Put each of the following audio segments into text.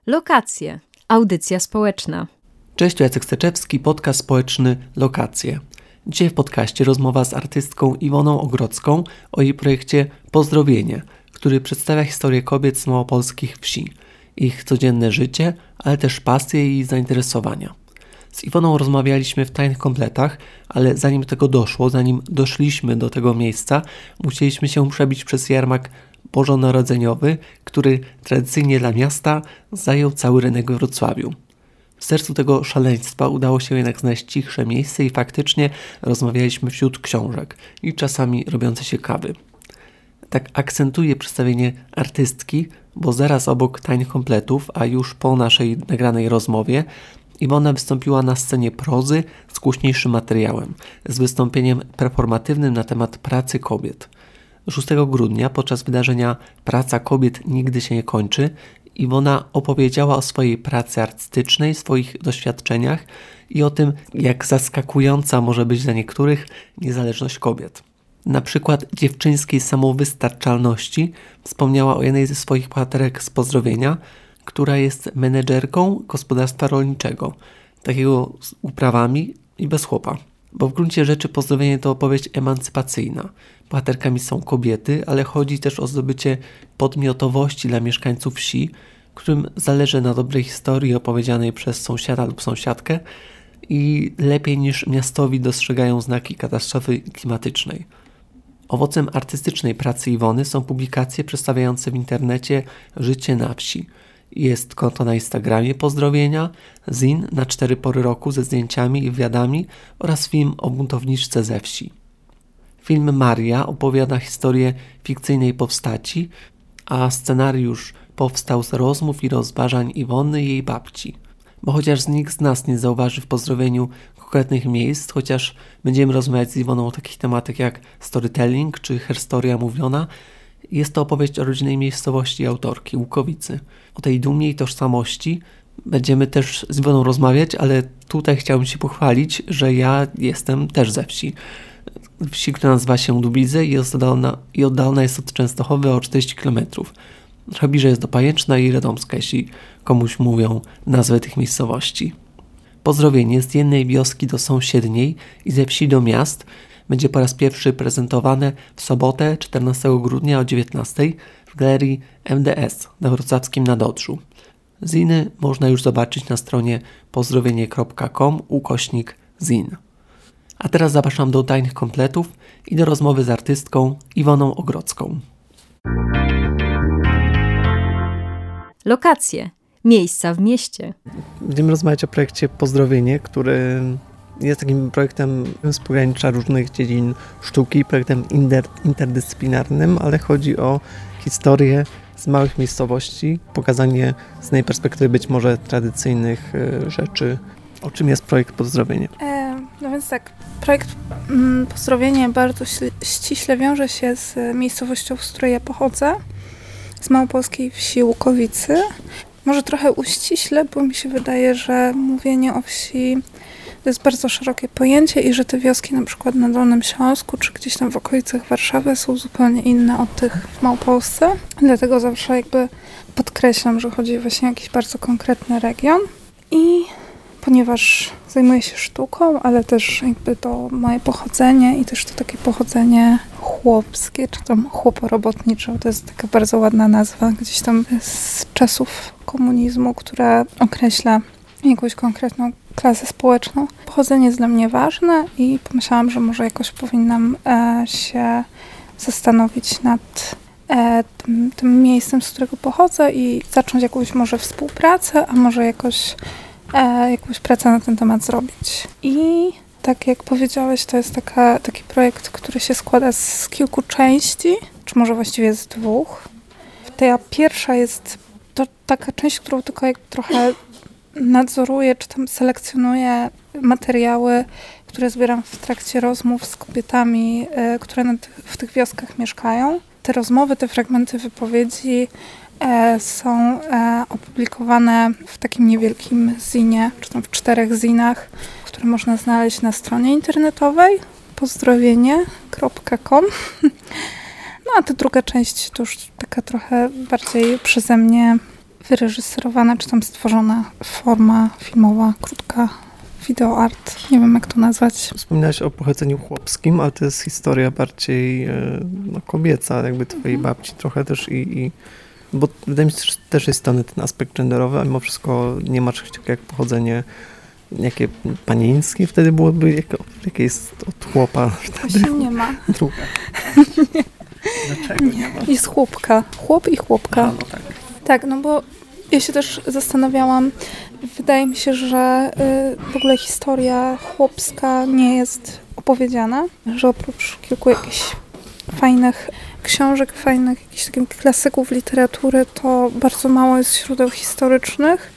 Lokacje. Audycja społeczna. Cześć, Jacek Steczewski, podcast społeczny Lokacje. Dzisiaj w podcaście rozmowa z artystką Iwoną Ogrodzką o jej projekcie Pozdrowienie, który przedstawia historię kobiet z małopolskich wsi, ich codzienne życie, ale też pasje i zainteresowania. Z Iwoną rozmawialiśmy w tajnych kompletach, ale zanim do tego doszło, zanim doszliśmy do tego miejsca, musieliśmy się przebić przez jarmark bożonarodzeniowy, który tradycyjnie dla miasta zajął cały rynek we Wrocławiu. W sercu tego szaleństwa udało się jednak znaleźć cichsze miejsce i faktycznie rozmawialiśmy wśród książek i czasami robiące się kawy. Tak akcentuje przedstawienie artystki, bo zaraz obok tajnych kompletów, a już po naszej nagranej rozmowie, Iwona wystąpiła na scenie prozy z głośniejszym materiałem, z wystąpieniem performatywnym na temat pracy kobiet. 6 grudnia podczas wydarzenia Praca kobiet nigdy się nie kończy Iwona opowiedziała o swojej pracy artystycznej, swoich doświadczeniach i o tym, jak zaskakująca może być dla niektórych niezależność kobiet. Na przykład dziewczyńskiej samowystarczalności wspomniała o jednej ze swoich bohaterek z Pozdrowienia, która jest menedżerką gospodarstwa rolniczego, takiego z uprawami i bez chłopa. Bo w gruncie rzeczy Pozdrowienie to opowieść emancypacyjna. Bohaterkami są kobiety, ale chodzi też o zdobycie podmiotowości dla mieszkańców wsi, którym zależy na dobrej historii opowiedzianej przez sąsiada lub sąsiadkę i lepiej niż miastowi dostrzegają znaki katastrofy klimatycznej. Owocem artystycznej pracy Iwony są publikacje przedstawiające w internecie życie na wsi. Jest konto na Instagramie Pozdrowienia, zin na 4 pory roku ze zdjęciami i wywiadami oraz film o buntowniczce ze wsi. Film Maria opowiada historię fikcyjnej postaci, a scenariusz powstał z rozmów i rozważań Iwony i jej babci. Bo chociaż nikt z nas nie zauważy w Pozdrowieniu konkretnych miejsc, chociaż będziemy rozmawiać z Iwoną o takich tematach jak storytelling czy herstoria mówiona, jest to opowieść o rodzinnej miejscowości autorki, Łukowicy. O tej dumie i tożsamości będziemy też z Iwoną rozmawiać, ale tutaj chciałbym się pochwalić, że ja jestem też ze wsi. Wsi, która nazywa się Dubidze i oddalona jest od Częstochowy o 40 km. Trochę bliżej jest do Pajęczna i Radomska, jeśli komuś mówią nazwy tych miejscowości. Pozdrowienie z jednej wioski do sąsiedniej i ze wsi do miast będzie po raz pierwszy prezentowane w sobotę 14 grudnia o 19 w galerii MDS na wrocławskim Nadodrzu. Ziny można już zobaczyć na stronie pozdrowienie.com/zin. A teraz zapraszam do tajnych kompletów i do rozmowy z artystką Iwoną Ogrodzką. Lokacje. Miejsca w mieście. Będziemy rozmawiać o projekcie Pozdrowienie, który jest takim projektem z pogranicza różnych dziedzin sztuki, projektem interdyscyplinarnym, ale chodzi o historię z małych miejscowości, pokazanie z tej perspektywy być może tradycyjnych rzeczy. O czym jest projekt Pozdrowienie? No więc tak, projekt Pozdrowienie bardzo ściśle wiąże się z miejscowością, z której ja pochodzę, z małopolskiej wsi Łukowicy. Może trochę uściśle, bo mi się wydaje, że mówienie o wsi to jest bardzo szerokie pojęcie i że te wioski na przykład na Dolnym Śląsku czy gdzieś tam w okolicach Warszawy są zupełnie inne od tych w Małopolsce. Dlatego zawsze jakby podkreślam, że chodzi właśnie o jakiś bardzo konkretny region. I ponieważ zajmuję się sztuką, ale też jakby to moje pochodzenie i też to takie pochodzenie chłopskie, czy tam chłoporobotnicze, to jest taka bardzo ładna nazwa gdzieś tam z czasów komunizmu, która określa jakąś konkretną klasę społeczną. Pochodzenie jest dla mnie ważne i pomyślałam, że może jakoś powinnam się zastanowić nad tym miejscem, z którego pochodzę i zacząć jakąś może współpracę, a może jakąś pracę na ten temat zrobić. I tak jak powiedziałeś, to jest taki projekt, który się składa z kilku części, czy może właściwie z 2. Ta pierwsza jest to taka część, którą tylko trochę nadzoruję, czy tam selekcjonuję materiały, które zbieram w trakcie rozmów z kobietami, które w tych wioskach mieszkają. Te rozmowy, te fragmenty wypowiedzi są opublikowane w takim niewielkim zinie, czy tam w 4 zinach, które można znaleźć na stronie internetowej pozdrowienie.com. No a ta druga część to już taka trochę bardziej przeze mnie wyreżyserowana, czy tam stworzona forma filmowa, krótka, wideoart. Nie wiem, jak to nazwać. Wspominałaś o pochodzeniu chłopskim, ale to jest historia bardziej kobieca, jakby twojej babci trochę też bo wydaje mi się, że też jest ten aspekt genderowy, a mimo wszystko nie ma czegoś takiego jak pochodzenie jakie panieńskie wtedy byłoby, jakie jest od chłopa. Właśnie nie ma. Druga. Dlaczego nie ma? Jest chłopka. Chłop i chłopka. No tak. Tak, no bo ja się też zastanawiałam, wydaje mi się, że w ogóle historia chłopska nie jest opowiedziana, że oprócz kilku jakichś fajnych książek, fajnych jakichś takich klasyków literatury, to bardzo mało jest źródeł historycznych,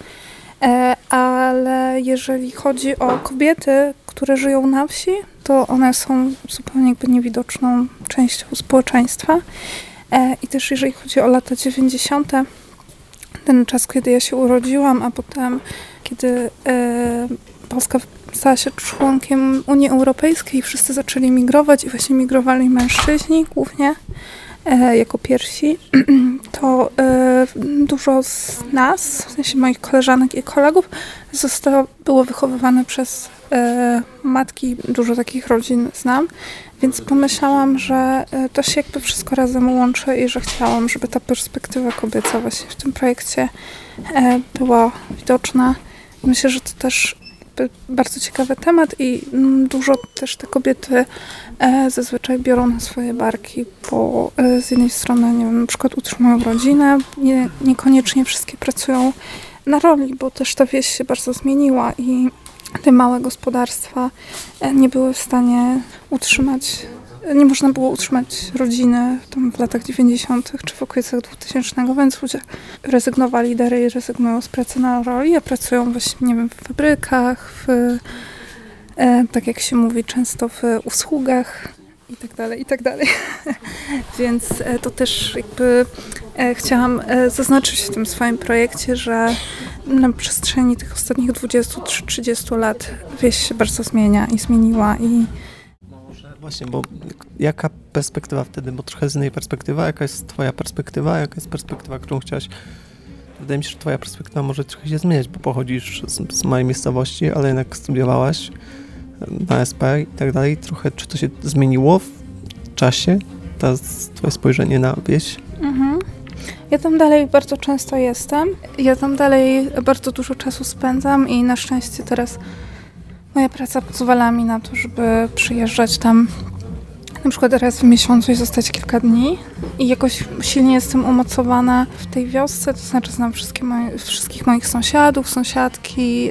ale jeżeli chodzi o kobiety, które żyją na wsi, to one są zupełnie jakby niewidoczną częścią społeczeństwa. I też jeżeli chodzi o lata 90., ten czas, kiedy ja się urodziłam, a potem, kiedy Polska stała się członkiem Unii Europejskiej i wszyscy zaczęli migrować i właśnie migrowali mężczyźni głównie jako pierwsi, to dużo z nas, w sensie moich koleżanek i kolegów, było wychowywane przez matki, dużo takich rodzin znam, więc pomyślałam, że to się jakby wszystko razem łączy i że chciałam, żeby ta perspektywa kobieca właśnie w tym projekcie była widoczna. Myślę, że to też bardzo ciekawy temat i dużo też te kobiety zazwyczaj biorą na swoje barki, bo z jednej strony, nie wiem, na przykład utrzymują rodzinę, niekoniecznie wszystkie pracują na roli, bo też ta wieś się bardzo zmieniła i te małe gospodarstwa nie były w stanie utrzymać, nie można było utrzymać rodziny tam w latach 90. czy w okolicach 2000, więc ludzie rezygnowali, rezygnują z pracy na roli, a pracują właśnie, nie wiem, w fabrykach, tak jak się mówi często w usługach i tak dalej. Więc to też jakby chciałam zaznaczyć w tym swoim projekcie, że na przestrzeni tych ostatnich 20-30 lat wieś się bardzo zmienia i zmieniła i Właśnie, bo jaka perspektywa wtedy, bo trochę z innej perspektywa, jaka jest twoja perspektywa, jaka jest perspektywa, którą chciałaś. Wydaje mi się, że twoja perspektywa może trochę się zmieniać, bo pochodzisz z małej miejscowości, ale jednak studiowałaś na SP i tak dalej. Trochę, czy to się zmieniło w czasie, twoje spojrzenie na wieś? Mhm. Ja tam dalej bardzo często jestem. Ja tam dalej bardzo dużo czasu spędzam i na szczęście teraz moja praca pozwala mi na to, żeby przyjeżdżać tam na przykład raz w miesiącu i zostać kilka dni. I jakoś silnie jestem umocowana w tej wiosce, to znaczy znam wszystkich moich sąsiadów, sąsiadki,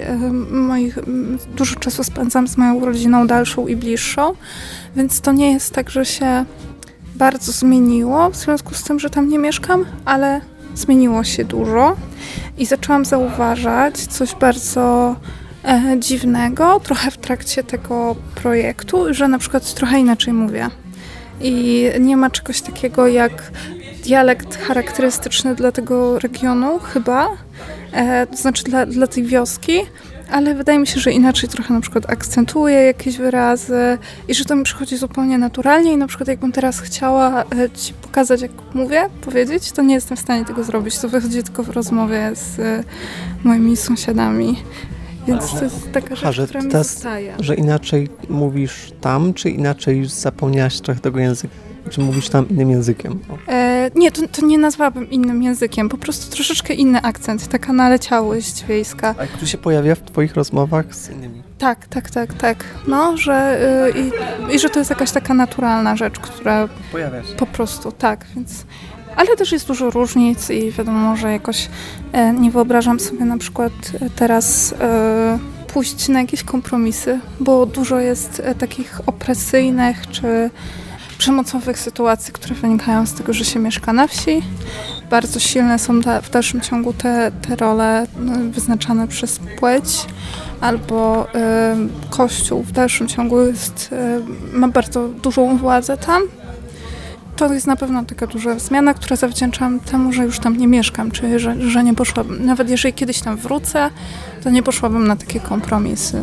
dużo czasu spędzam z moją rodziną dalszą i bliższą, więc to nie jest tak, że się bardzo zmieniło w związku z tym, że tam nie mieszkam, ale zmieniło się dużo i zaczęłam zauważać coś bardzo dziwnego trochę w trakcie tego projektu, że na przykład trochę inaczej mówię. I nie ma czegoś takiego jak dialekt charakterystyczny dla tego regionu chyba, to znaczy dla tej wioski, ale wydaje mi się, że inaczej trochę na przykład akcentuję jakieś wyrazy i że to mi przychodzi zupełnie naturalnie i na przykład jakbym teraz chciała ci pokazać, jak mówię, powiedzieć, to nie jestem w stanie tego zrobić. To wychodzi tylko w rozmowie z moimi sąsiadami. Więc to jest taka rzecz, która mi zostaje. Że inaczej mówisz tam, czy inaczej zapełniałaś trochę tego języka? Czy mówisz tam innym językiem? Nie, to nie nazwałabym innym językiem. Po prostu troszeczkę inny akcent, taka naleciałość wiejska. A który się pojawia w twoich rozmowach z innymi? Tak. No, że i że to jest jakaś taka naturalna rzecz, która pojawia się. Po prostu, tak, więc... Ale też jest dużo różnic i wiadomo, że jakoś nie wyobrażam sobie na przykład teraz pójść na jakieś kompromisy, bo dużo jest takich opresyjnych czy przemocowych sytuacji, które wynikają z tego, że się mieszka na wsi. Bardzo silne są w dalszym ciągu te role wyznaczane przez płeć, albo Kościół w dalszym ciągu ma bardzo dużą władzę tam. To jest na pewno taka duża zmiana, która zawdzięczam temu, że już tam nie mieszkam, czyli że nie poszłabym, nawet jeżeli kiedyś tam wrócę, to nie poszłabym na takie kompromisy.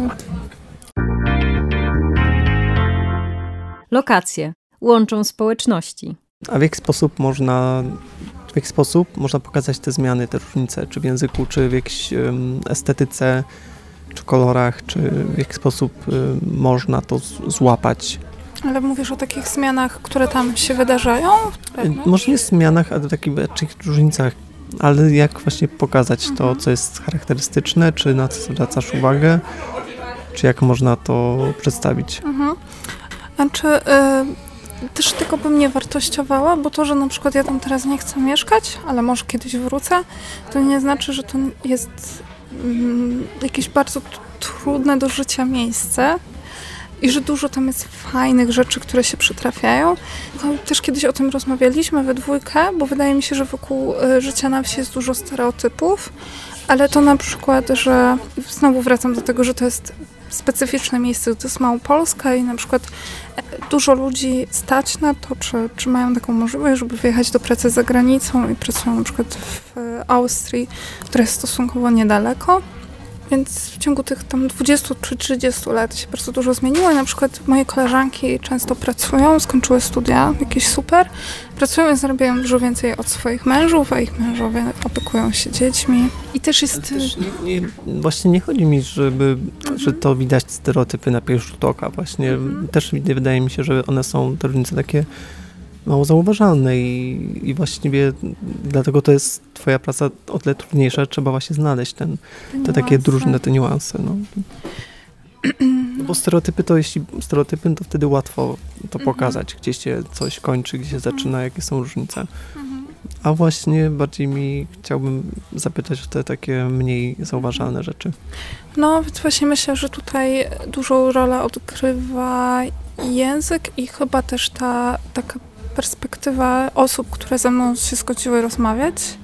Lokacje łączą społeczności. A w jaki sposób można jaki sposób można pokazać te zmiany, te różnice, czy w języku, czy w jakiejś estetyce, czy kolorach, czy w jaki sposób można to złapać. Ale mówisz o takich zmianach, które tam się wydarzają? Może nie zmianach, ale takich różnicach, ale jak właśnie pokazać to, co jest charakterystyczne, czy na co zwracasz uwagę, czy jak można to przedstawić. Znaczy, też tego bym nie wartościowała, bo to, że na przykład ja tam teraz nie chcę mieszkać, ale może kiedyś wrócę, to nie znaczy, że to jest jakieś bardzo trudne do życia miejsce i że dużo tam jest fajnych rzeczy, które się przytrafiają. Też kiedyś o tym rozmawialiśmy we dwójkę, bo wydaje mi się, że wokół życia na wsi jest dużo stereotypów, ale to na przykład, że znowu wracam do tego, że to jest specyficzne miejsce, to jest Małopolska i na przykład dużo ludzi stać na to, czy mają taką możliwość, żeby wyjechać do pracy za granicą i pracują na przykład w Austrii, która jest stosunkowo niedaleko. Więc w ciągu tych tam 20 czy 30 lat się bardzo dużo zmieniło i na przykład moje koleżanki często pracują, skończyły studia, jakieś super, pracują i zarabiają dużo więcej od swoich mężów, a ich mężowie opiekują się dziećmi. I też jest... Właśnie nie chodzi mi, że to widać stereotypy na pierwszy rzut oka. Właśnie też wydaje mi się, że one są, te różnice takie mało zauważalne i właściwie dlatego to jest twoja praca o tyle trudniejsza, trzeba właśnie znaleźć te takie różne te niuanse. No. Bo stereotypy to jeśli stereotypy, to wtedy łatwo to pokazać, gdzie się coś kończy, gdzie się zaczyna, jakie są różnice. A właśnie bardziej chciałbym zapytać o te takie mniej zauważalne rzeczy. No, więc właśnie myślę, że tutaj dużą rolę odgrywa język i chyba też ta taka perspektywa osób, które ze mną się zgodziły rozmawiać.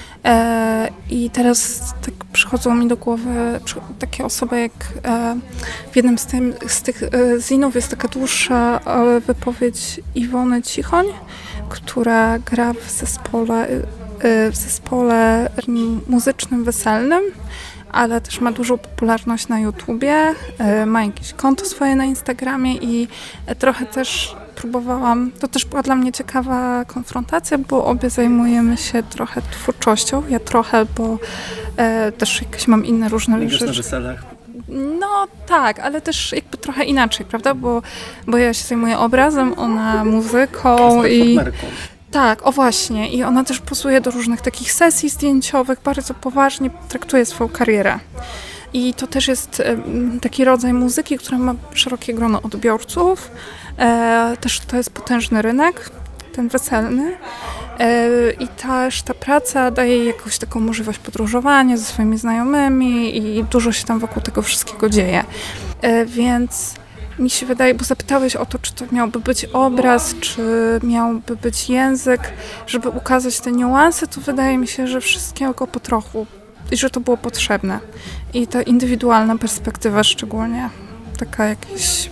I teraz tak przychodzą mi do głowy takie osoby jak w jednym z tych zinów jest taka dłuższa wypowiedź Iwony Cichoń, która gra w zespole muzycznym, weselnym, ale też ma dużą popularność na YouTubie, ma jakieś konto swoje na Instagramie i trochę też próbowałam, to też była dla mnie ciekawa konfrontacja, bo obie zajmujemy się trochę twórczością, ja trochę, bo też jakieś mam inne różne rzeczy. Na weselach. No tak, ale też jakby trochę inaczej, prawda, bo ja się zajmuję obrazem, ona muzyką i... Tak, o właśnie. I ona też posuje do różnych takich sesji zdjęciowych, bardzo poważnie traktuje swoją karierę. I to też jest taki rodzaj muzyki, która ma szerokie grono odbiorców. Też to jest potężny rynek, ten weselny. I też ta praca daje jej jakąś taką możliwość podróżowania ze swoimi znajomymi i dużo się tam wokół tego wszystkiego dzieje. Więc mi się wydaje, bo zapytałeś o to, czy to miałby być obraz, czy miałby być język, żeby ukazać te niuanse, to wydaje mi się, że wszystkiego po trochu i że to było potrzebne. I ta indywidualna perspektywa szczególnie, taka jakaś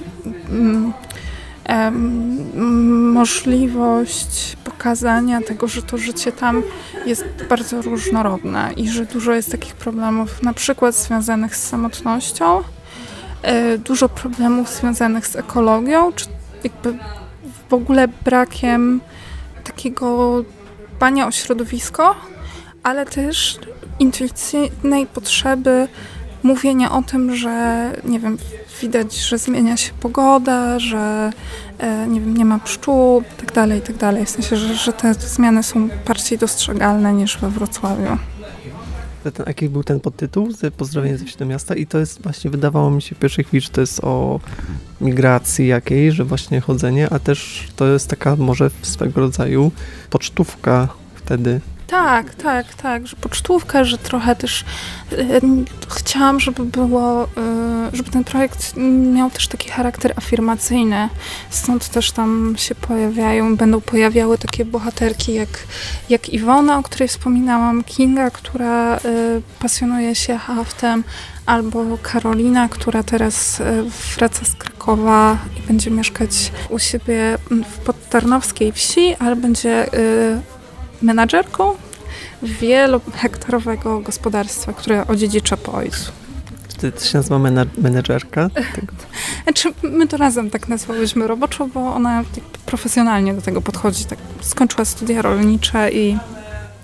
możliwość pokazania tego, że to życie tam jest bardzo różnorodne i że dużo jest takich problemów, na przykład związanych z samotnością, dużo problemów związanych z ekologią, czy jakby w ogóle brakiem takiego dbania o środowisko, ale też intuicyjnej potrzeby mówienia o tym, że nie wiem, widać, że zmienia się pogoda, że nie wiem, nie ma pszczół, tak dalej. W sensie, że te zmiany są bardziej dostrzegalne niż we Wrocławiu. Jaki był ten podtytuł? Pozdrowienie ze wsi do miasta i to jest właśnie, wydawało mi się w pierwszej chwili, że to jest o migracji jakiejś, że właśnie chodzenie, a też to jest taka może swego rodzaju pocztówka wtedy. Tak, że pocztówka, że trochę też chciałam, żeby ten projekt miał też taki charakter afirmacyjny. Stąd też tam się będą pojawiały takie bohaterki jak Iwona, o której wspominałam, Kinga, która pasjonuje się haftem, albo Karolina, która teraz wraca z Krakowa i będzie mieszkać u siebie w podtarnowskiej wsi, ale będzie menadżerką wielohektarowego gospodarstwa, które odziedzicza po ojcu. Czy to się nazywa menedżerka? Znaczy, my to razem tak nazwałyśmy roboczo, bo ona profesjonalnie do tego podchodzi. Tak, skończyła studia rolnicze i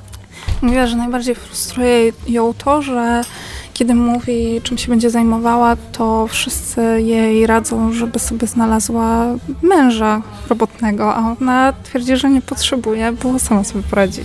Mówiła, że najbardziej frustruje ją to, że kiedy mówi, czym się będzie zajmowała, to wszyscy jej radzą, żeby sobie znalazła męża robotnego, a ona twierdzi, że nie potrzebuje, bo sama sobie poradzi.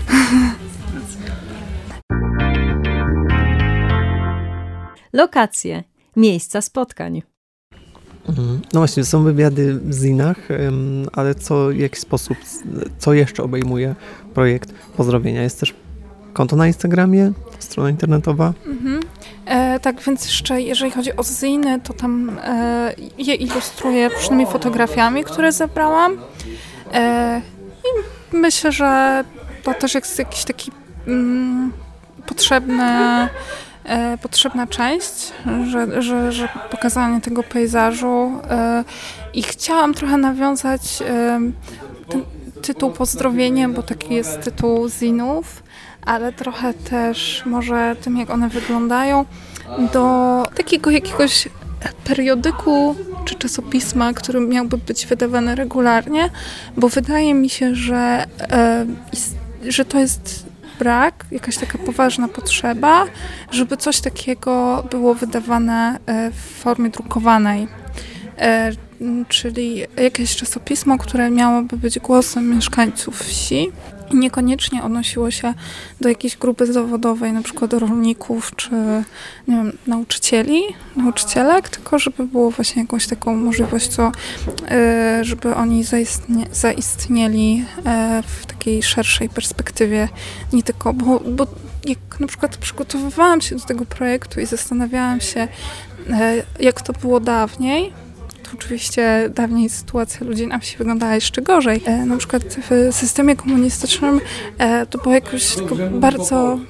Lokacje. Miejsca spotkań. No właśnie, są wywiady w zinach, ale w jaki sposób, co jeszcze obejmuje projekt Pozdrowienia? Jest też konto na Instagramie, strona internetowa? Tak, więc jeszcze jeżeli chodzi o ziny, to tam je ilustruję różnymi fotografiami, które zebrałam. I myślę, że to też jest jakiś taki potrzebna część, że pokazanie tego pejzażu i chciałam trochę nawiązać ten tytuł Pozdrowienie, bo taki jest tytuł zinów, ale trochę też może tym, jak one wyglądają, do takiego jakiegoś periodyku czy czasopisma, który miałby być wydawany regularnie, bo wydaje mi się, że to jest brak, jakaś taka poważna potrzeba, żeby coś takiego było wydawane w formie drukowanej. Czyli jakieś czasopismo, które miałoby być głosem mieszkańców wsi i niekoniecznie odnosiło się do jakiejś grupy zawodowej, na przykład rolników czy nie wiem, nauczycielek, tylko żeby było właśnie jakąś taką możliwością, żeby oni zaistnieli w takiej szerszej perspektywie, nie tylko, bo jak na przykład przygotowywałam się do tego projektu i zastanawiałam się, jak to było dawniej. Oczywiście dawniej sytuacja ludzi na wsi wyglądała jeszcze gorzej. Na przykład w systemie komunistycznym to było jakoś bardzo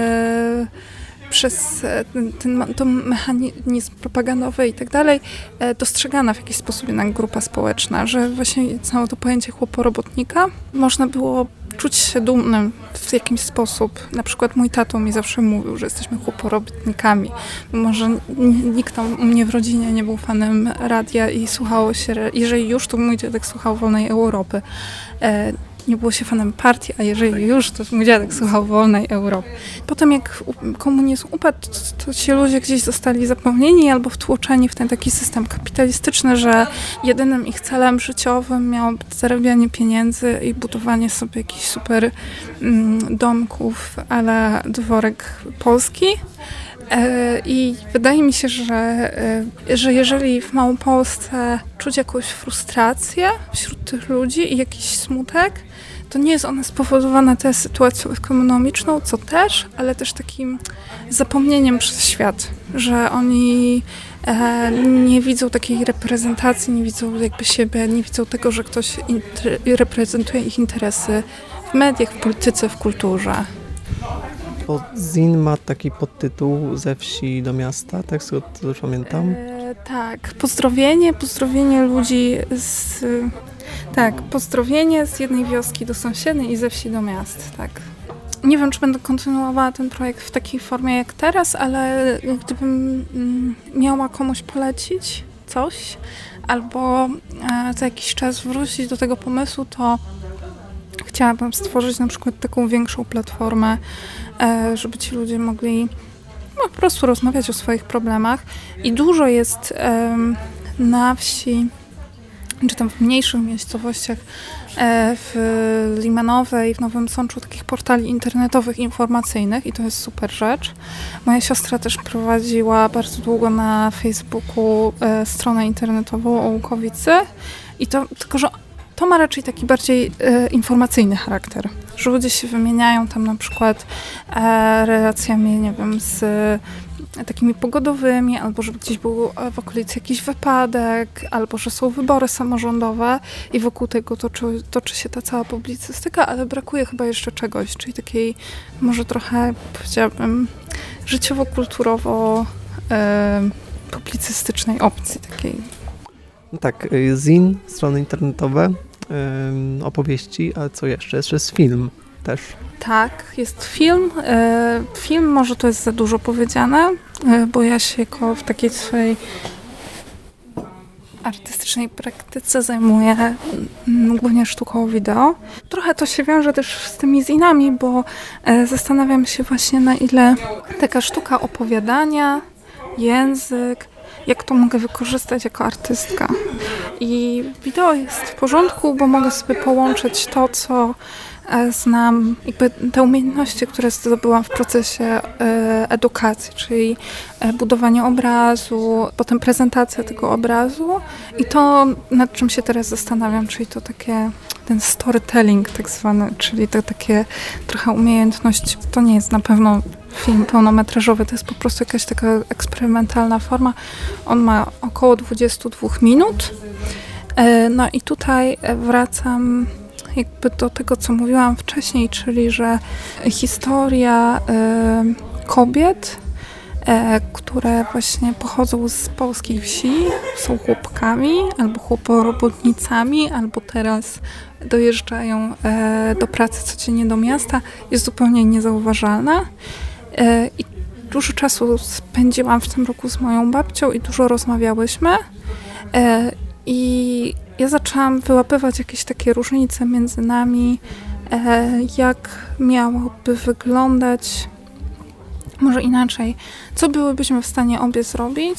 przez ten mechanizm propagandowy i tak dalej dostrzegana w jakiś sposób jednak grupa społeczna, że właśnie całe to pojęcie chłoporobotnika można było czuć się dumnym w jakiś sposób. Na przykład mój tato mi zawsze mówił, że jesteśmy chłoporobotnikami. Może nikt tam u mnie w rodzinie nie był fanem radia i słuchało się, jeżeli już, to mój dziadek słuchał Wolnej Europy. Nie było się fanem partii, a jeżeli już, to mój dziadek słuchał Wolnej Europy. Potem jak komunizm upadł, to ci ludzie gdzieś zostali zapomnieni albo wtłoczeni w ten taki system kapitalistyczny, że jedynym ich celem życiowym miało być zarabianie pieniędzy i budowanie sobie jakichś super domków a la dworek polski. I wydaje mi się, że jeżeli w Małopolsce czuć jakąś frustrację wśród tych ludzi i jakiś smutek, to nie jest ona spowodowana też sytuacją ekonomiczną, co też, ale też takim zapomnieniem przez świat, że oni nie widzą takiej reprezentacji, nie widzą jakby siebie, nie widzą tego, że ktoś reprezentuje ich interesy w mediach, w polityce, w kulturze. Bo zin ma taki podtytuł Ze wsi do miasta, tak? Z tego to już pamiętam. Tak, pozdrowienie ludzi pozdrowienie z jednej wioski do sąsiedniej i ze wsi do miast, tak. Nie wiem, czy będę kontynuowała ten projekt w takiej formie jak teraz, ale gdybym miała komuś polecić coś albo za jakiś czas wrócić do tego pomysłu, to chciałabym stworzyć na przykład taką większą platformę, żeby ci ludzie mogli po prostu rozmawiać o swoich problemach. I dużo jest na wsi, czy tam w mniejszych miejscowościach, w Limanowej, w Nowym Sączu, takich portali internetowych, informacyjnych i to jest super rzecz. Moja siostra też prowadziła bardzo długo na Facebooku stronę internetową o Łukowicy i to, tylko że to ma raczej taki bardziej informacyjny charakter, że ludzie się wymieniają tam na przykład relacjami, nie wiem, z takimi pogodowymi, albo żeby gdzieś był w okolicy jakiś wypadek, albo że są wybory samorządowe i wokół tego toczy się ta cała publicystyka, ale brakuje chyba jeszcze czegoś, czyli takiej może trochę, powiedziałabym, życiowo-kulturowo publicystycznej opcji takiej. No tak, zin, strony internetowe, opowieści, ale co jeszcze? Jeszcze jest film też. Tak, jest film. Film może to jest za dużo powiedziane, bo ja się w takiej swojej artystycznej teoretycznej praktyce zajmuję głównie sztuką wideo. Trochę to się wiąże też z tymi zinami, bo zastanawiam się właśnie, na ile taka sztuka opowiadania, język, jak to mogę wykorzystać jako artystka. I wideo jest w porządku, bo mogę sobie połączyć to, co znam, jakby te umiejętności, które zdobyłam w procesie edukacji, czyli budowanie obrazu, potem prezentacja tego obrazu i to, nad czym się teraz zastanawiam, czyli to takie, ten storytelling tak zwany, czyli to takie trochę umiejętność, to nie jest na pewno film pełnometrażowy, to jest po prostu jakaś taka eksperymentalna forma. On ma około 22 minut. No i tutaj wracam jakby do tego, co mówiłam wcześniej, czyli że historia kobiet, które właśnie pochodzą z polskiej wsi, są chłopkami albo chłoporobotnicami, albo teraz dojeżdżają do pracy codziennie do miasta, jest zupełnie niezauważalna. I dużo czasu spędziłam w tym roku z moją babcią i dużo rozmawiałyśmy. I ja zaczęłam wyłapywać jakieś takie różnice między nami, jak miałoby wyglądać, może inaczej, co byłybyśmy w stanie obie zrobić,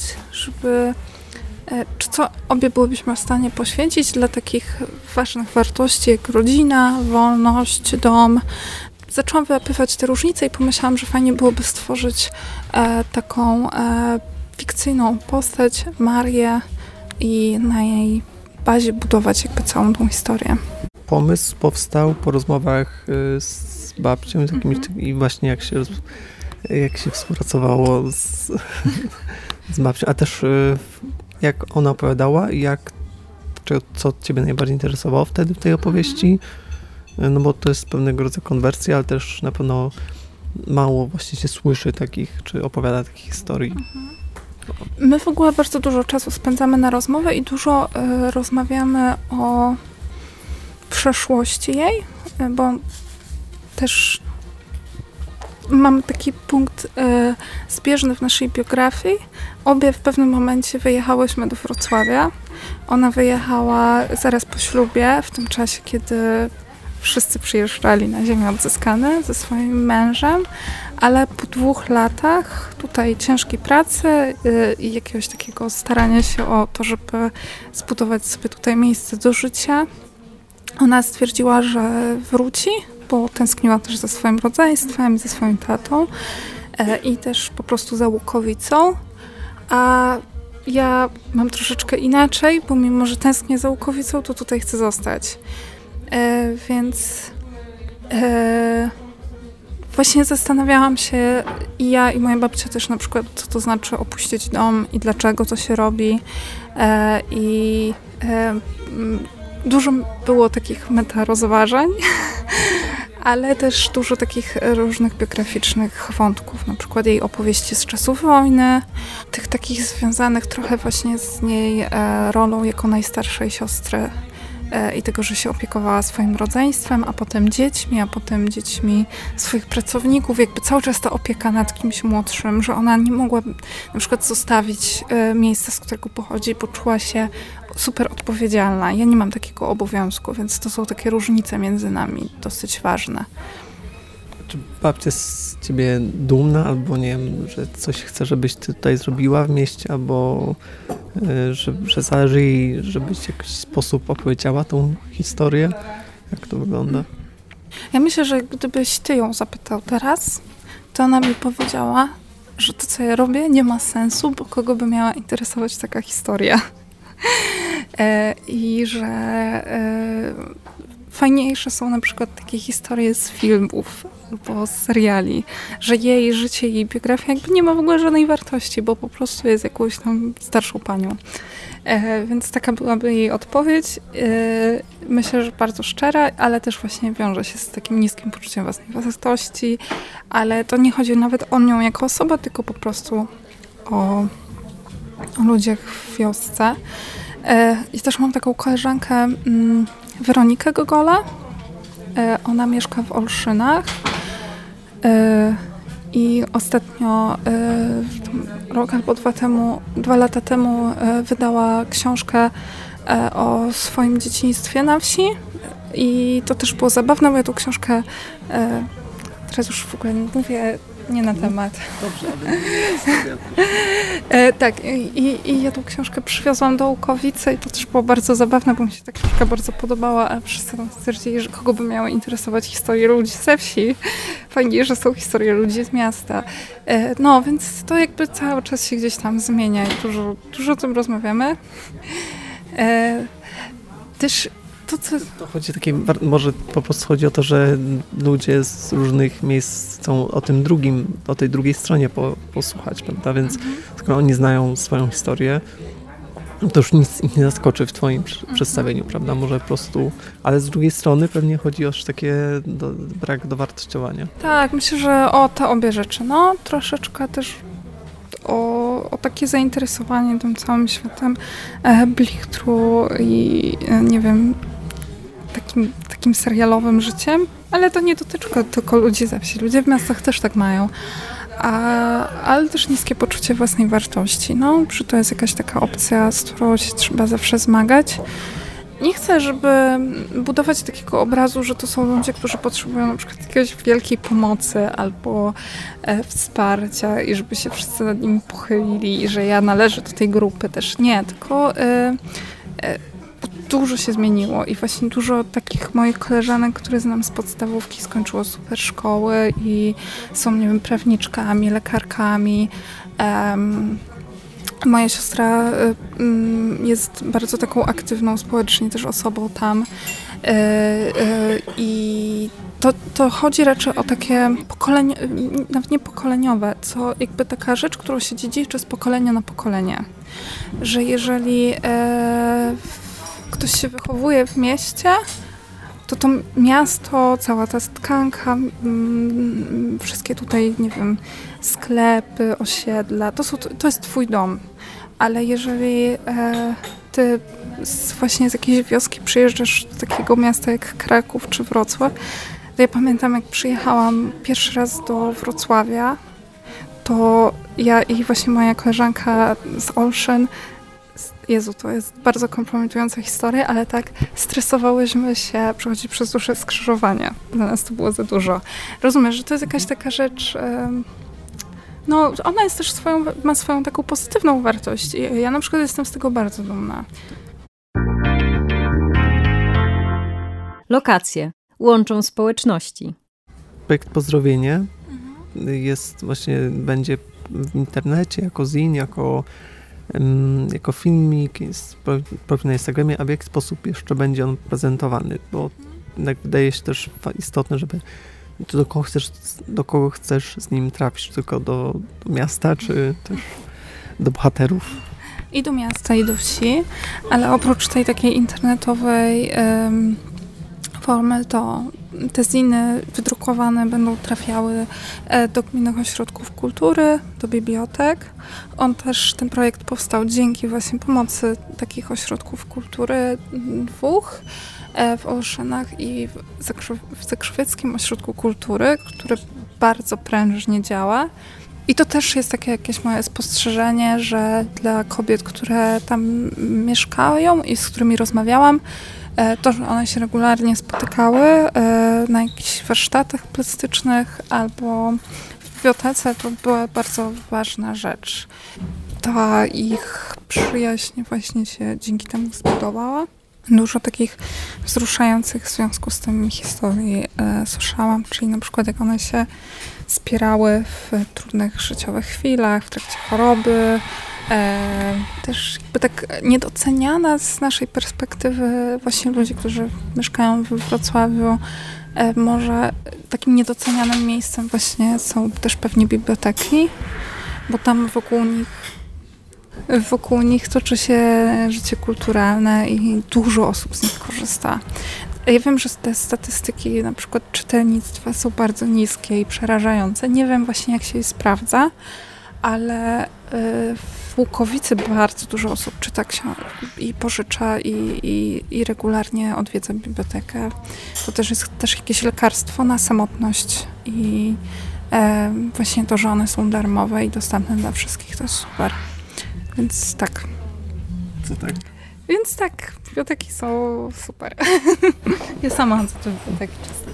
czy co obie byłybyśmy w stanie poświęcić dla takich ważnych wartości jak rodzina, wolność, dom. Zaczęłam wyłapywać te różnice i pomyślałam, że fajnie byłoby stworzyć taką fikcyjną postać, Marię, i na jej bazie budować jakby całą tą historię. Pomysł powstał po rozmowach z babcią z jakimiś, i właśnie jak się współpracowało z babcią, a też jak ona opowiadała, co ciebie najbardziej interesowało wtedy w tej opowieści, no bo to jest pewnego rodzaju konwersja, ale też na pewno mało właśnie się słyszy takich, czy opowiada takich historii. My w ogóle bardzo dużo czasu spędzamy na rozmowę i dużo rozmawiamy o przeszłości jej, bo też mamy taki punkt zbieżny w naszej biografii. Obie w pewnym momencie wyjechałyśmy do Wrocławia. Ona wyjechała zaraz po ślubie, w tym czasie, kiedy wszyscy przyjeżdżali na ziemię odzyskane ze swoim mężem, ale po 2 latach tutaj ciężkiej pracy i jakiegoś takiego starania się o to, żeby zbudować sobie tutaj miejsce do życia, ona stwierdziła, że wróci, bo tęskniła też za swoim rodzeństwem, ze swoim tatą i też po prostu za Łukowicą, a ja mam troszeczkę inaczej, bo mimo, że tęsknię za Łukowicą, to tutaj chcę zostać. Więc właśnie zastanawiałam się i ja i moja babcia też na przykład, co to znaczy opuścić dom i dlaczego to się robi. Dużo było takich metarozważań, ale też dużo takich różnych biograficznych wątków, na przykład jej opowieści z czasów wojny, tych takich związanych trochę właśnie z jej rolą jako najstarszej siostry i tego, że się opiekowała swoim rodzeństwem, a potem dziećmi swoich pracowników, jakby cały czas ta opieka nad kimś młodszym, że ona nie mogła na przykład zostawić miejsca, z którego pochodzi, bo czuła się super odpowiedzialna. Ja nie mam takiego obowiązku, więc to są takie różnice między nami dosyć ważne. Czy babcia z ciebie dumna, albo nie wiem, że coś chce, żebyś ty tutaj zrobiła w mieście, albo że zależy jej, żebyś w jakiś sposób opowiedziała tą historię? Jak to wygląda? Ja myślę, że gdybyś ty ją zapytał teraz, to ona mi powiedziała, że to, co ja robię, nie ma sensu, bo kogo by miała interesować taka historia. I że fajniejsze są na przykład takie historie z filmów albo z seriali, że jej życie, jej biografia jakby nie ma w ogóle żadnej wartości, bo po prostu jest jakąś tam starszą panią. Więc taka byłaby jej odpowiedź. Myślę, że bardzo szczera, ale też właśnie wiąże się z takim niskim poczuciem własnej wartości, ale to nie chodzi nawet o nią jako osobę, tylko po prostu o ludziach w wiosce. I też mam taką koleżankę Weronikę Gogola. Ona mieszka w Olszynach i ostatnio rok albo 2 lata temu wydała książkę o swoim dzieciństwie na wsi i to też było zabawne, bo ja tą książkę, teraz już w ogóle mówię nie na temat. Dobrze, ale nie tak, i ja tą książkę przywiozłam do Łukowicy i to też było bardzo zabawne, bo mi się ta książka bardzo podobała, a wszyscy tam stwierdzili, że kogo by miały interesować historie ludzi ze wsi. Fajnie, że są historie ludzi z miasta. No, więc to jakby cały czas się gdzieś tam zmienia i dużo o tym rozmawiamy. Też to chodzi takie, może po prostu chodzi o to, że ludzie z różnych miejsc chcą o tej drugiej stronie posłuchać, prawda? Więc skoro oni znają swoją historię, to już nic ich nie zaskoczy w twoim przedstawieniu, prawda? Może po prostu, ale z drugiej strony pewnie chodzi o takie brak dowartościowania. Tak, myślę, że o te obie rzeczy. No, troszeczkę też o takie zainteresowanie tym całym światem blichtru i nie wiem, takim serialowym życiem, ale to nie dotyczy tylko ludzi ze wsi. Ludzie w miastach też tak mają. Ale też niskie poczucie własnej wartości. No, że to jest jakaś taka opcja, z którą się trzeba zawsze zmagać. Nie chcę, żeby budować takiego obrazu, że to są ludzie, którzy potrzebują na przykład jakiejś wielkiej pomocy albo wsparcia i żeby się wszyscy nad nimi pochylili i że ja należę do tej grupy też. Nie, tylko dużo się zmieniło i właśnie dużo takich moich koleżanek, które znam z podstawówki, skończyło super szkoły i są, nie wiem, prawniczkami, lekarkami. Moja siostra jest bardzo taką aktywną społecznie też osobą tam i to chodzi raczej o takie nawet nie pokoleniowe, co jakby taka rzecz, którą się dziedziczy z pokolenia na pokolenie. Że jeżeli ktoś się wychowuje w mieście, to miasto, cała ta tkanka, wszystkie tutaj, nie wiem, sklepy, osiedla, to jest twój dom. Ale jeżeli ty właśnie z jakiejś wioski przyjeżdżasz do takiego miasta jak Kraków czy Wrocław, to ja pamiętam, jak przyjechałam pierwszy raz do Wrocławia, to ja i właśnie moja koleżanka z Olszyn, Jezu, to jest bardzo kompromitująca historia, ale tak stresowałyśmy się przechodzić przez duże skrzyżowania. Dla nas to było za dużo. Rozumiesz, że to jest jakaś taka rzecz, no ona jest też ma swoją taką pozytywną wartość. Ja na przykład jestem z tego bardzo dumna. Lokacje łączą społeczności. Projekt Pozdrowienie będzie w internecie jako zin, jako filmik, jest profil na Instagramie, a w jaki sposób jeszcze będzie on prezentowany, bo jednak wydaje się też istotne, żeby do kogo chcesz z nim trafić, tylko do miasta, czy też do bohaterów. I do miasta, i do wsi, ale oprócz tej takiej internetowej formy, to te ziny wydrukowane będą trafiały do gminnych ośrodków kultury, do bibliotek. Ten projekt powstał dzięki właśnie pomocy takich ośrodków kultury dwóch w Olszynach i w Zakrzywieckim Ośrodku Kultury, który bardzo prężnie działa. I to też jest takie jakieś moje spostrzeżenie, że dla kobiet, które tam mieszkają i z którymi rozmawiałam, to, że one się regularnie spotykały na jakichś warsztatach plastycznych albo w bibliotece, to była bardzo ważna rzecz. Ta ich przyjaźń właśnie się dzięki temu zbudowała. Dużo takich wzruszających w związku z tym historii słyszałam, czyli na przykład jak one się wspierały w trudnych życiowych chwilach, w trakcie choroby. Też jakby tak niedoceniana z naszej perspektywy właśnie ludzi, którzy mieszkają we Wrocławiu. Może takim niedocenianym miejscem właśnie są też pewnie biblioteki, bo tam wokół nich toczy się życie kulturalne i dużo osób z nich korzysta. Ja wiem, że te statystyki na przykład czytelnictwa są bardzo niskie i przerażające. Nie wiem właśnie, jak się je sprawdza, ale w Łukowicy bardzo dużo osób czyta książki i pożycza i regularnie odwiedza bibliotekę. To też jest jakieś lekarstwo na samotność i właśnie to, że one są darmowe i dostępne dla wszystkich, to jest super. Więc tak. Co tak? Więc tak, biblioteki są super. Ja sama chodzę do biblioteki często.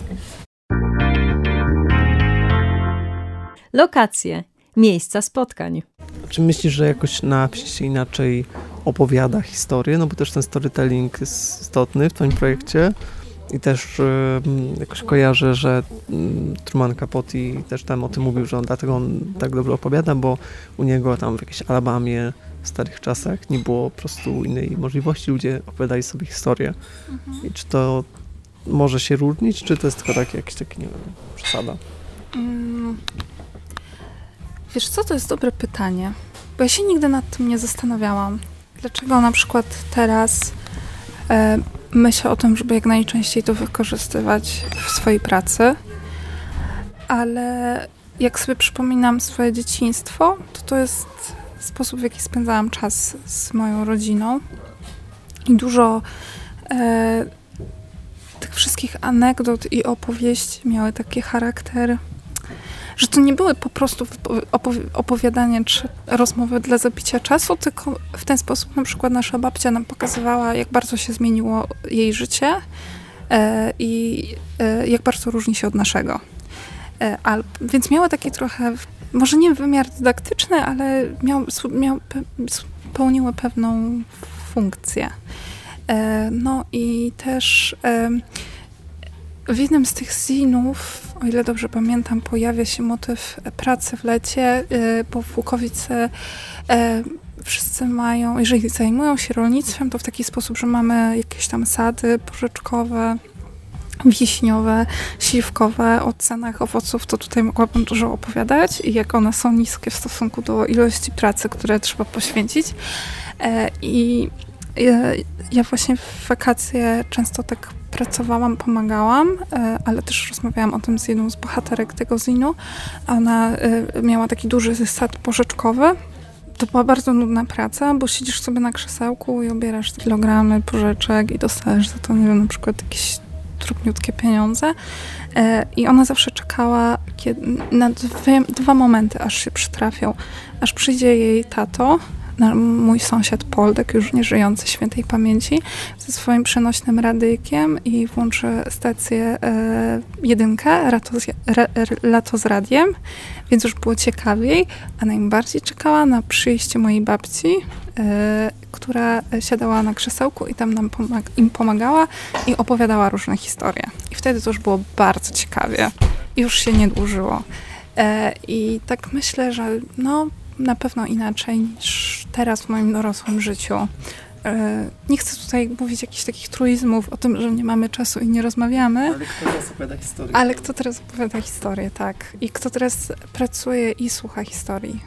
Lokacje. Miejsca spotkań. Czy myślisz, że jakoś na wsi się inaczej opowiada historię? No bo też ten storytelling jest istotny w twoim projekcie. I też jakoś kojarzę, że Truman Capote też tam o tym mówił, że dlatego on tak dobrze opowiada, bo u niego tam w jakiejś Alabamie w starych czasach nie było po prostu innej możliwości. Ludzie opowiadali sobie historię. I czy to może się różnić, czy to jest tylko jakieś takie, nie wiem, przesada? Wiesz co, to jest dobre pytanie, bo ja się nigdy nad tym nie zastanawiałam. Dlaczego na przykład teraz myślę o tym, żeby jak najczęściej to wykorzystywać w swojej pracy, ale jak sobie przypominam swoje dzieciństwo, to jest sposób, w jaki spędzałam czas z moją rodziną i dużo tych wszystkich anegdot i opowieści miały taki charakter, że to nie były po prostu opowiadanie czy rozmowy dla zabicia czasu, tylko w ten sposób na przykład nasza babcia nam pokazywała, jak bardzo się zmieniło jej życie i jak bardzo różni się od naszego. Więc miało taki trochę, może nie wymiar dydaktyczny, ale pełniły pewną funkcję. No i też w jednym z tych zinów, o ile dobrze pamiętam, pojawia się motyw pracy w lecie, bo w Łukowicy wszyscy mają, jeżeli zajmują się rolnictwem, to w taki sposób, że mamy jakieś tam sady porzeczkowe, wiśniowe, śliwkowe. O cenach owoców to tutaj mogłabym dużo opowiadać i jak one są niskie w stosunku do ilości pracy, które trzeba poświęcić. I ja właśnie w wakacje często tak pracowałam, pomagałam, ale też rozmawiałam o tym z jedną z bohaterek tego zinu. Ona miała taki duży sad porzeczkowy. To była bardzo nudna praca, bo siedzisz sobie na krzesełku i obierasz kilogramy porzeczek i dostajesz za to, nie wiem, na przykład jakieś drobniutkie pieniądze. I ona zawsze czekała na dwa momenty, aż się przytrafią. Aż przyjdzie jej tato, mój sąsiad Poldek, już nie żyjący świętej pamięci, ze swoim przenośnym radyjkiem i włączy stację jedynkę, Lato z radiem, więc już było ciekawiej, a najbardziej czekała na przyjście mojej babci, która siadała na krzesełku i tam im pomagała i opowiadała różne historie. I wtedy to już było bardzo ciekawie i już się nie dłużyło. I tak myślę, że na pewno inaczej niż teraz w moim dorosłym życiu. Nie chcę tutaj mówić jakichś takich truizmów o tym, że nie mamy czasu i nie rozmawiamy. Ale kto teraz opowiada historię? Ale kto teraz opowiada historię, tak. I kto teraz pracuje i słucha historii.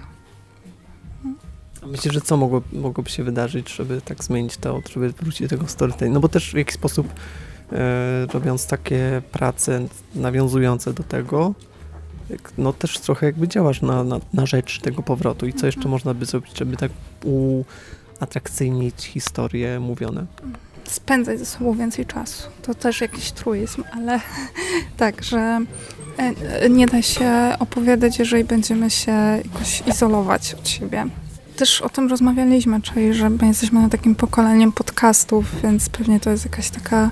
A myślisz, że co mogłoby się wydarzyć, żeby tak zmienić to, żeby wrócić do tego storytellingu? No bo też w jakiś sposób robiąc takie prace nawiązujące do tego, no też trochę jakby działasz na rzecz tego powrotu i co jeszcze można by zrobić, żeby tak uatrakcyjnić historie mówione? Spędzać ze sobą więcej czasu. To też jakiś truizm, ale tak, że nie da się opowiadać, jeżeli będziemy się jakoś izolować od siebie. Też o tym rozmawialiśmy, czyli że my jesteśmy na takim pokoleniem podcastów, więc pewnie to jest jakaś taka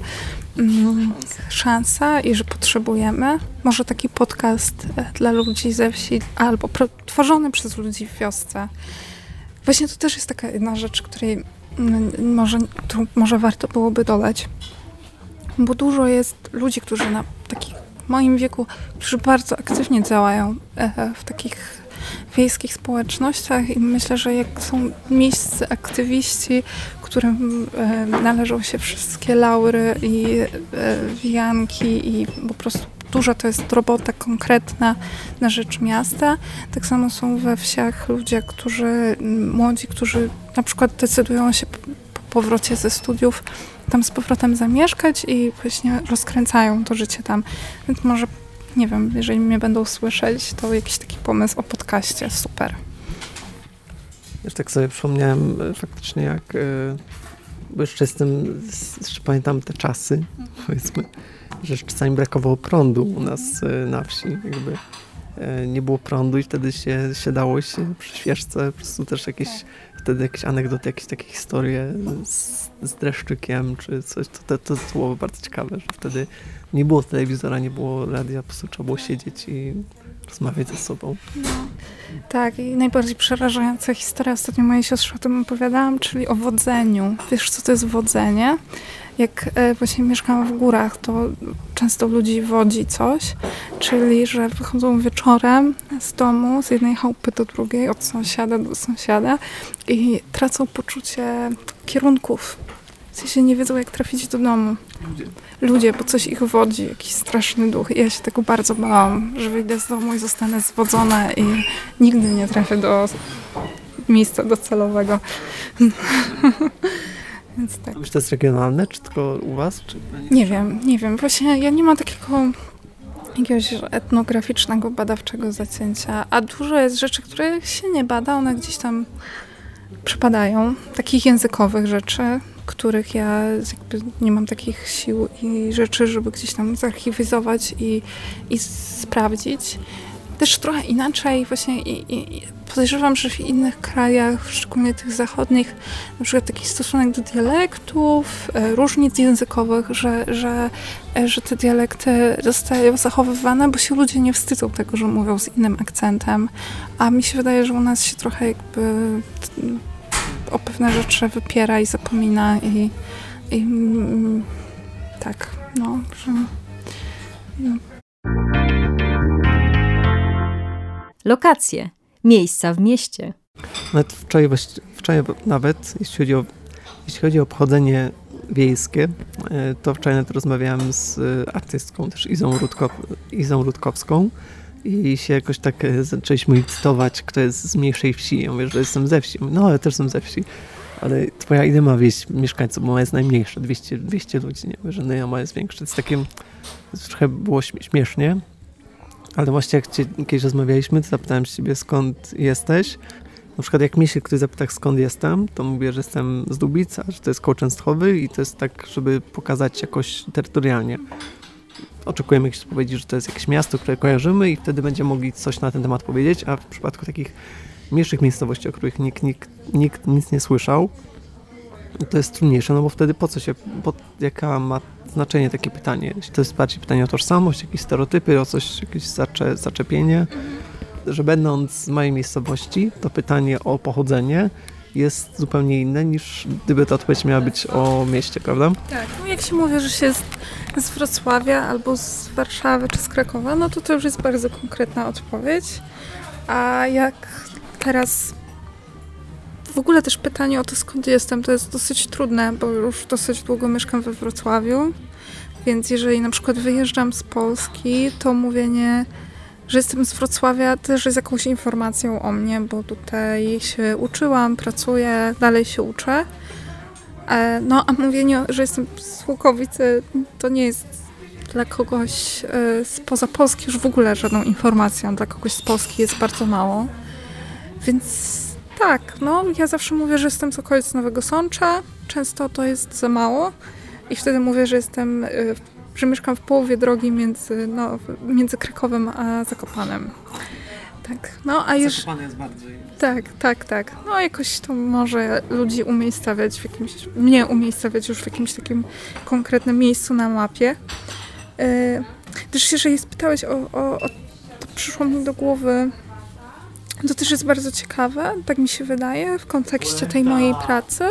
szansa i że potrzebujemy. Może taki podcast dla ludzi ze wsi albo tworzony przez ludzi w wiosce. Właśnie to też jest taka jedna rzecz, której może warto byłoby dodać. Bo dużo jest ludzi, którzy na takich w moim wieku, którzy bardzo aktywnie działają w takich wiejskich społecznościach i myślę, że jak są miejscy aktywiści, którym należą się wszystkie laury i wianki i po prostu dużo to jest robota konkretna na rzecz miasta. Tak samo są we wsiach ludzie, młodzi, którzy na przykład decydują się po powrocie ze studiów tam z powrotem zamieszkać i właśnie rozkręcają to życie tam. Więc może, nie wiem, jeżeli mnie będą słyszeć, to jakiś taki pomysł o podcaście, super. Już tak sobie przypomniałem faktycznie jak, bo jeszcze pamiętam te czasy, powiedzmy, że czasami brakowało prądu u nas na wsi, jakby nie było prądu i wtedy siadało się przy świeczce, po prostu też wtedy jakieś anegdoty, jakieś takie historie z dreszczykiem czy coś, to było bardzo ciekawe, że wtedy nie było telewizora, nie było radia, po prostu trzeba było siedzieć i rozmawiać ze sobą. No. Tak, i najbardziej przerażająca historia, ostatnio mojej siostrze o tym opowiadałam, czyli o wodzeniu. Wiesz, co to jest wodzenie? Jak właśnie mieszkam w górach, to często ludzi wodzi coś, czyli że wychodzą wieczorem z domu, z jednej chałupy do drugiej, od sąsiada do sąsiada i tracą poczucie kierunków. W sensie nie wiedzą, jak trafić do domu. Ludzie, bo coś ich wodzi, jakiś straszny duch. I ja się tego bardzo bałam, że wyjdę z domu i zostanę zwodzona i nigdy nie trafię do miejsca docelowego. Więc tak. Czy to jest regionalne, czy tylko u was? Czy... Nie wiem. Właśnie ja nie mam takiego jakiegoś etnograficznego, badawczego zacięcia, a dużo jest rzeczy, których się nie bada, one gdzieś tam przypadają. Takich językowych rzeczy, których ja jakby nie mam takich sił i rzeczy, żeby gdzieś tam zarchiwizować i sprawdzić. Też trochę inaczej właśnie i podejrzewam, że w innych krajach, szczególnie tych zachodnich, na przykład taki stosunek do dialektów, różnic językowych, że te dialekty zostają zachowywane, bo się ludzie nie wstydzą tego, że mówią z innym akcentem. A mi się wydaje, że u nas się trochę jakby o pewne rzeczy wypiera i zapomina i tak, no, że... No. Lokacje. Miejsca w mieście. Nawet wczoraj nawet, jeśli chodzi o obchodzenie wiejskie, to wczoraj nawet rozmawiałem z artystką, też Izą Rutkowską i się jakoś tak zaczęliśmy licytować, kto jest z mniejszej wsi. Ja mówię, że jestem ze wsi. No, ale też jestem ze wsi. Ale twoja ile ma wieś mieszkańców, bo moja jest najmniejsza, 200 ludzi, nie? Mówię, że no, moja jest większa. To jest takie, trochę było śmiesznie. Ale właśnie jak kiedyś rozmawialiśmy, to zapytałem się ciebie, skąd jesteś. Na przykład jak mnie się ktoś zapyta, skąd jestem, to mówię, że jestem z Lubic, a że to jest koło Częstochowy i to jest tak, żeby pokazać jakoś terytorialnie. Oczekujemy jakiejś odpowiedzi, że to jest jakieś miasto, które kojarzymy i wtedy będziemy mogli coś na ten temat powiedzieć, a w przypadku takich mniejszych miejscowości, o których nikt nic nie słyszał, to jest trudniejsze, no bo wtedy jaka ma znaczenie takie pytanie? Jeśli to jest bardziej pytanie o tożsamość, jakieś stereotypy, o coś, jakieś zaczepienie, że będąc z mojej miejscowości, to pytanie o pochodzenie jest zupełnie inne niż gdyby ta odpowiedź miała być o mieście, prawda? Tak, no jak się mówi, że się jest z Wrocławia albo z Warszawy czy z Krakowa, no to już jest bardzo konkretna odpowiedź. A jak teraz w ogóle też pytanie o to, skąd jestem, to jest dosyć trudne, bo już dosyć długo mieszkam we Wrocławiu, więc jeżeli na przykład wyjeżdżam z Polski, to mówienie, że jestem z Wrocławia, też jest jakąś informacją o mnie, bo tutaj się uczyłam, pracuję, dalej się uczę. No a mówienie, że jestem z Łukowicy, to nie jest dla kogoś spoza Polski już w ogóle żadną informacją. Dla kogoś z Polski jest bardzo mało. Więc tak, no ja zawsze mówię, że jestem z okolic Nowego Sącza. Często to jest za mało. I wtedy mówię, że że mieszkam w połowie drogi między Krakowem a Zakopanem. Tak, no a już... Zakopane jest bardziej... Tak. No jakoś to może ludzi mnie umiejscawiać już w jakimś takim konkretnym miejscu na mapie. Też jeżeli spytałeś o to przyszło mi do głowy, to też jest bardzo ciekawe, tak mi się wydaje, w kontekście tej mojej pracy.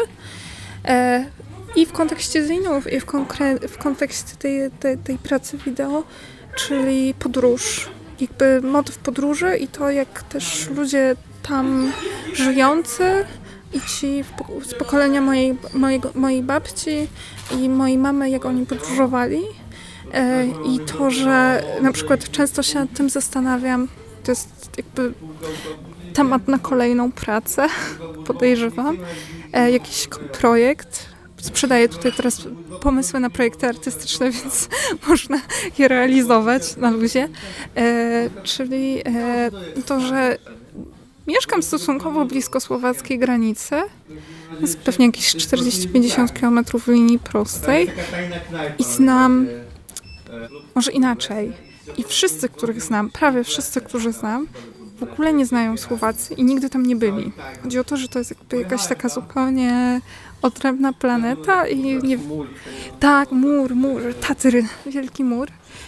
I w kontekście zeinów, i w kontekście tej pracy wideo, czyli podróż. Jakby motyw podróży i to, jak też ludzie tam żyjący i ci z pokolenia mojej babci i mojej mamy, jak oni podróżowali. I to, że na przykład często się nad tym zastanawiam, to jest jakby temat na kolejną pracę, podejrzewam, jakiś projekt. Sprzedaję tutaj teraz pomysły na projekty artystyczne, więc można je realizować na luzie. Czyli to, że mieszkam stosunkowo blisko słowackiej granicy. Jest pewnie jakieś 40-50 km linii prostej. I znam, może inaczej, I wszyscy, których znam, prawie wszyscy, którzy znam, w ogóle nie znają Słowacji i nigdy tam nie byli. Chodzi o to, że to jest jakby jakaś taka zupełnie odrębna planeta i nie... Tak, mur, Tatry, wielki mur.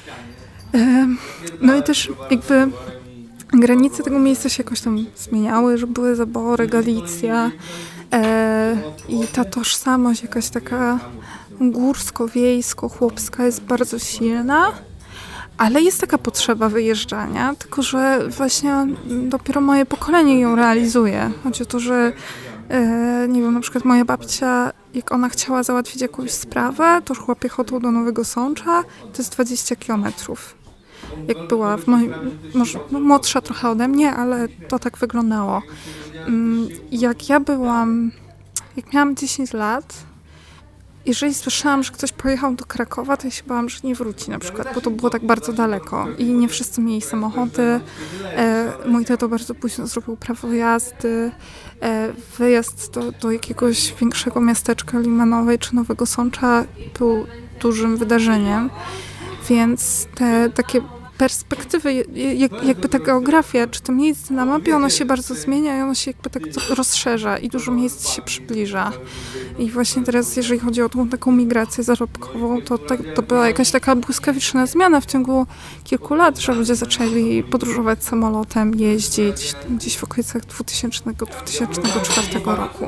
No i też jakby granice tego miejsca się jakoś tam zmieniały, że były zabory, Galicja i ta tożsamość jakaś taka górsko-wiejsko-chłopska jest bardzo silna. Ale jest taka potrzeba wyjeżdżania, tylko że właśnie dopiero moje pokolenie ją realizuje. Chodzi o to, że nie wiem, na przykład moja babcia, jak ona chciała załatwić jakąś sprawę, to szła piechotą do Nowego Sącza, to jest 20 kilometrów. Jak była w moim, może młodsza trochę ode mnie, ale to tak wyglądało. Jak miałam 10 lat, jeżeli słyszałam, że ktoś pojechał do Krakowa, to ja się bałam, że nie wróci na przykład, bo to było tak bardzo daleko i nie wszyscy mieli samochody. Mój tato bardzo późno zrobił prawo jazdy. Wyjazd do jakiegoś większego miasteczka Limanowej czy Nowego Sącza był dużym wydarzeniem, więc te takie perspektywy, jakby ta geografia, czy to miejsce na mapie, ono się bardzo zmienia i ono się jakby tak rozszerza i dużo miejsc się przybliża. I właśnie teraz, jeżeli chodzi o tą taką migrację zarobkową, to była jakaś taka błyskawiczna zmiana w ciągu kilku lat, że ludzie zaczęli podróżować samolotem, jeździć gdzieś w okolicach 2000-2004 roku.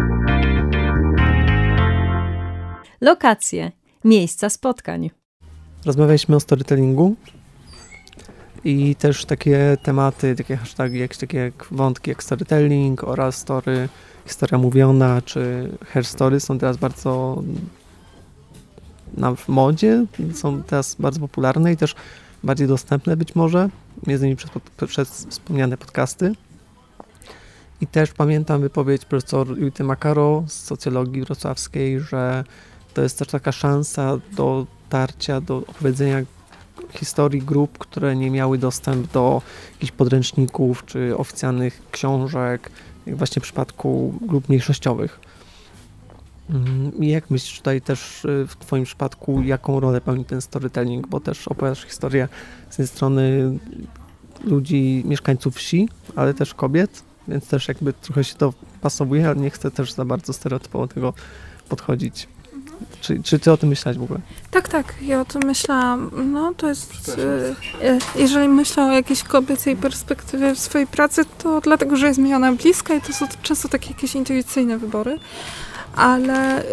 Lokacje. Miejsca spotkań. Rozmawialiśmy o storytellingu i też takie tematy, takie hashtagi, takie jak wątki jak storytelling oraz historia mówiona czy hair story są teraz bardzo w modzie, są teraz bardzo popularne i też bardziej dostępne być może, między innymi przez wspomniane podcasty. I też pamiętam wypowiedź profesor Juty Makaro z socjologii wrocławskiej, że to jest też taka szansa do dotarcia, do opowiedzenia historii grup, które nie miały dostęp do jakichś podręczników czy oficjalnych książek, jak właśnie w przypadku grup mniejszościowych. I jak myślisz tutaj też w twoim przypadku, jaką rolę pełni ten storytelling, bo też opowiadasz historię z jednej strony ludzi, mieszkańców wsi, ale też kobiet, więc też jakby trochę się to pasowuje, ale nie chcę też za bardzo stereotypowo do tego podchodzić. Czy ty o tym myślałaś w ogóle? Tak, ja o tym myślałam. No to jest, jeżeli myślę o jakiejś kobiecej perspektywie w swojej pracy, to dlatego, że jest mi ona bliska i to są często takie jakieś intuicyjne wybory. Ale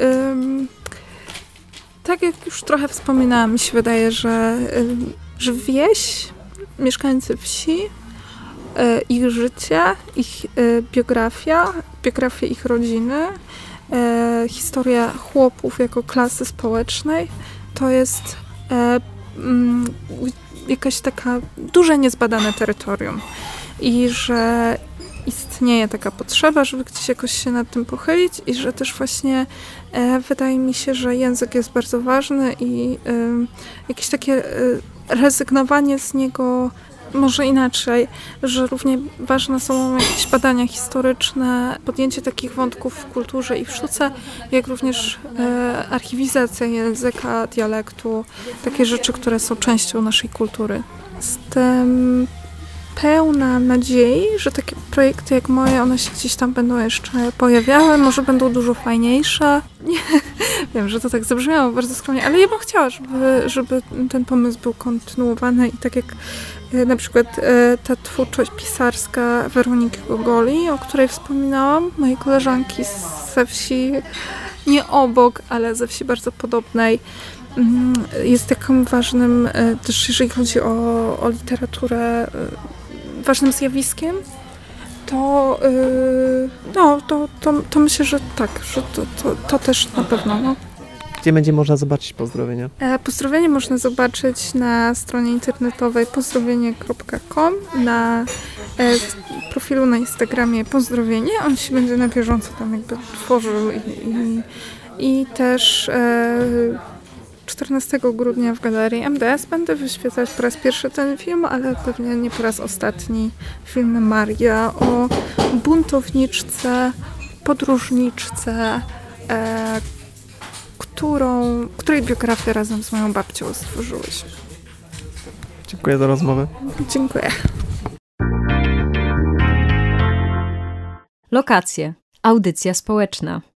tak jak już trochę wspominałam, mi się wydaje, że wieś, mieszkańcy wsi, ich życie, ich biografia ich rodziny, historia chłopów jako klasy społecznej, to jest jakaś taka duże niezbadane terytorium i że istnieje taka potrzeba, żeby gdzieś jakoś się nad tym pochylić i że też właśnie wydaje mi się, że język jest bardzo ważny i jakieś takie rezygnowanie z niego może inaczej, że równie ważne są jakieś badania historyczne, podjęcie takich wątków w kulturze i w sztuce, jak również archiwizacja języka, dialektu, takie rzeczy, które są częścią naszej kultury. Jestem pełna nadziei, że takie projekty jak moje, one się gdzieś tam będą jeszcze pojawiały, może będą dużo fajniejsze. Nie, wiem, że to tak zabrzmiało bardzo skromnie, ale ja bym chciała, żeby ten pomysł był kontynuowany i tak jak na przykład ta twórczość pisarska Weroniki Gogoli, o której wspominałam, mojej koleżanki ze wsi, nie obok, ale ze wsi bardzo podobnej, jest takim ważnym, też jeżeli chodzi o literaturę, ważnym zjawiskiem, to myślę, że tak, że to też na pewno. No. Gdzie będzie można zobaczyć pozdrowienia? Pozdrowienie można zobaczyć na stronie internetowej pozdrowienie.com, na profilu na Instagramie Pozdrowienie. On się będzie na bieżąco tam jakby tworzył i też 14 grudnia w Galerii MDS będę wyświetlać po raz pierwszy ten film, ale pewnie nie po raz ostatni, film Maria o buntowniczce, podróżniczce, której biografię razem z moją babcią stworzyłyśmy. Dziękuję za rozmowę. Dziękuję. Lokacje. Audycja społeczna.